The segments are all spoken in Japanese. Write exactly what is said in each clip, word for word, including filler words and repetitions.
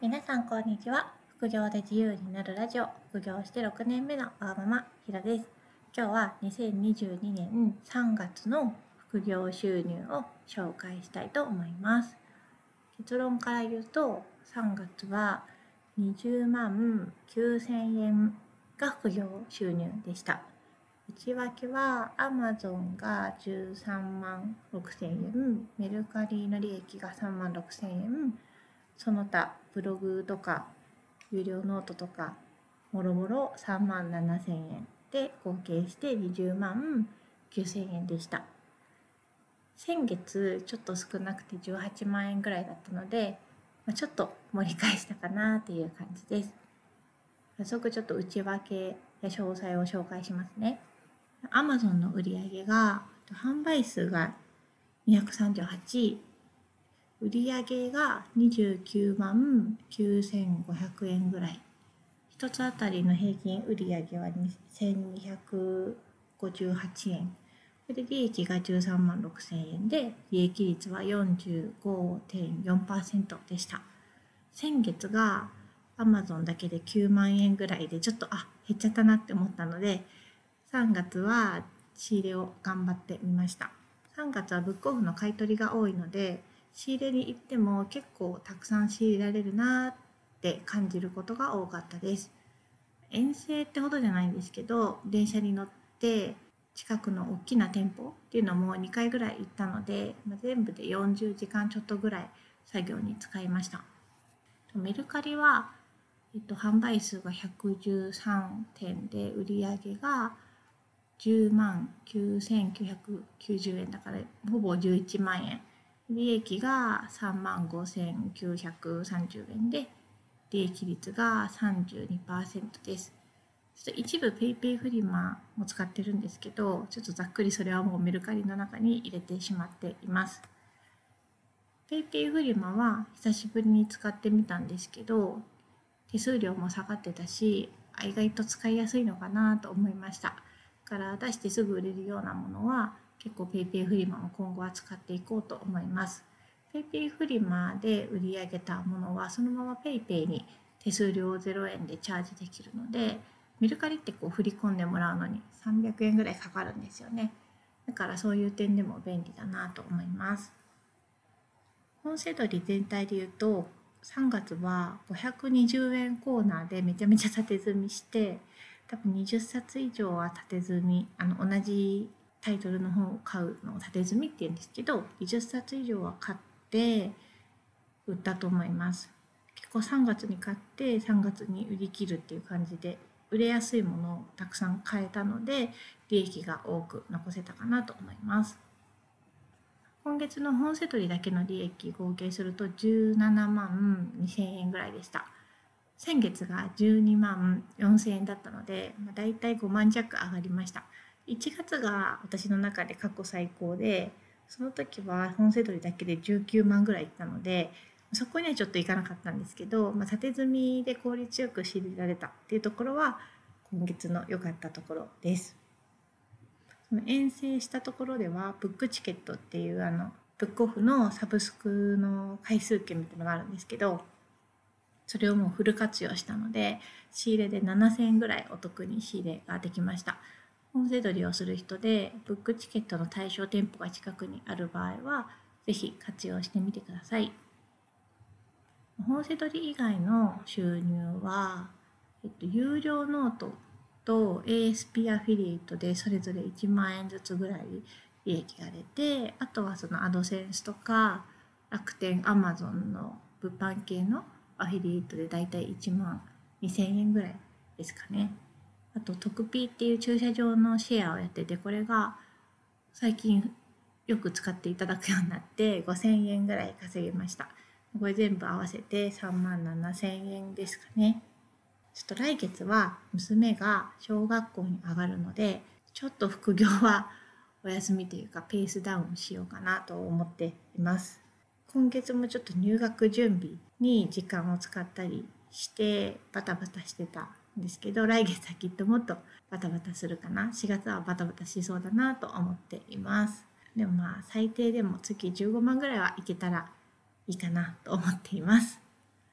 皆さんこんにちは。副業で自由になるラジオ、副業してろくねんめのわがままひろです。今日はにせんにじゅうにねんさんがつの副業収入を紹介したいと思います。結論から言うと、さんがつはにじゅうまんきゅうせんえんが副業収入でした。内訳は Amazon がじゅうさんまんろくせんえん、メルカリの利益がさんまんろくせんえん、その他ブログとか有料ノートとかもろもろさんまんななせんえんで合計してにじゅうまんきゅうせんえんでした。先月ちょっと少なくてじゅうはちまんえんぐらいだったので、まあ、ちょっと盛り返したかなっていう感じです。早速ちょっと内訳や詳細を紹介しますね。Amazon の売上が販売数がにひゃくさんじゅうはち、売上がにじゅうきゅうまんきゅうせんごひゃくえんぐらい。一つあたりの平均売上はせんにひゃくごじゅうはちえん。それで利益がじゅうさんまんろくせんえんで、利益率は よんじゅうごてんよんパーセント でした。先月が Amazon だけできゅうまんえんぐらいでちょっとあ減っちゃったなって思ったので、さんがつは仕入れを頑張ってみました。さんがつはブックオフの買い取りが多いので、仕入れに行っても結構たくさん仕入れられるなって感じることが多かったです。遠征ってほどじゃないんですけど、電車に乗って近くの大きな店舗っていうのもにかいぐらい行ったので、まあ、全部でよんじゅうじかんちょっとぐらい作業に使いました。メルカリは、えっと、販売数がひゃくじゅうさんてんで売上がじゅうまんきゅうせんきゅうひゃくきゅうじゅうえんだからほぼじゅういちまんえん、利益がさんまんごせんきゅうひゃくさんじゅうえんで、利益率が さんじゅうにパーセント です。ちょっと一部 PayPay フリマも使ってるんですけど、ちょっとざっくりそれはもうメルカリの中に入れてしまっています。PayPay フリマは久しぶりに使ってみたんですけど、手数料も下がってたし、意外と使いやすいのかなと思いました。だから出してすぐ売れるようなものは結構 PayPay フリマも今後は使っていこうと思います。PayPay フリマで売り上げたものはそのまま PayPay に手数料ゼロえんでチャージできるので、メルカリってこう振り込んでもらうのにさんびゃくえんぐらいかかるんですよね。だからそういう点でも便利だなと思います。本セドリ全体で言うと、さんがつはごひゃくにじゅうえんコーナーでめちゃめちゃ縦積みして、多分にじゅっさつ以上は縦積み、あの同じタイトルの本を買うのを縦積みって言うんですけど、にじゅっさつ以上は買って売ったと思います。結構さんがつに買ってさんがつに売り切るっていう感じで、売れやすいものをたくさん買えたので、利益が多く残せたかなと思います。今月の本セトリだけの利益合計するとじゅうななまんにせんえんぐらいでした。先月がじゅうにまんよんせんえんだったので、まあ、だいたいごまん弱上がりました。いちがつが私の中で過去最高で、その時は本セトリだけでじゅうきゅうまんぐらいいったので、そこにはちょっといかなかったんですけど、まあ、縦積みで効率よく仕入れられたっていうところは今月の良かったところです。その遠征したところではブックチケットっていうあのブックオフのサブスクの回数券みたいなのがあるんですけど、それをもうフル活用したので仕入れでななせんえんぐらいお得に仕入れができました。本セドリをする人でブックチケットの対象店舗が近くにある場合はぜひ活用してみてください。本セドリ以外の収入は、えっと、有料ノートと エーエスピー アフィリエイトでそれぞれいちまんえんずつぐらい利益が出て、あとはそのアドセンスとか楽天、アマゾンの物販系のアフィリエイトでだいたいいちまんにせんえんぐらいですかね。あとトクピーっていう駐車場のシェアをやってて、これが最近よく使っていただくようになってごせんえんぐらい稼げました。これ全部合わせてさんまんななせんえんですかね。ちょっと来月は娘が小学校に上がるので、ちょっと副業はお休みというかペースダウンしようかなと思っています。今月もちょっと入学準備に時間を使ったりしてバタバタしてたんですけど、来月はきっともっとバタバタするかな。しがつはバタバタしそうだなと思っています。でもまあ最低でも月じゅうごまんぐらいはいけたらいいかなと思っています。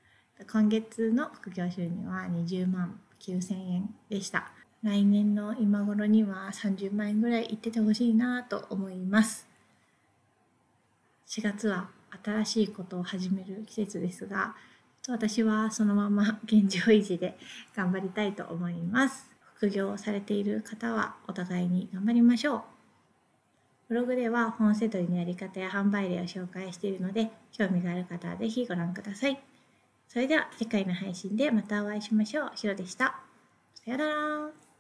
今月の副業収入はにじゅうまんきゅうせんえんでした。来年の今頃にはさんじゅうまんえんぐらいいっててほしいなと思います。しがつは新しいことを始める季節ですが、私はそのまま現状維持で頑張りたいと思います。副業をされている方はお互いに頑張りましょう。ブログでは本セドリのやり方や販売例を紹介しているので、興味がある方はぜひご覧ください。それでは次回の配信でまたお会いしましょう。ひろでした。さよなら。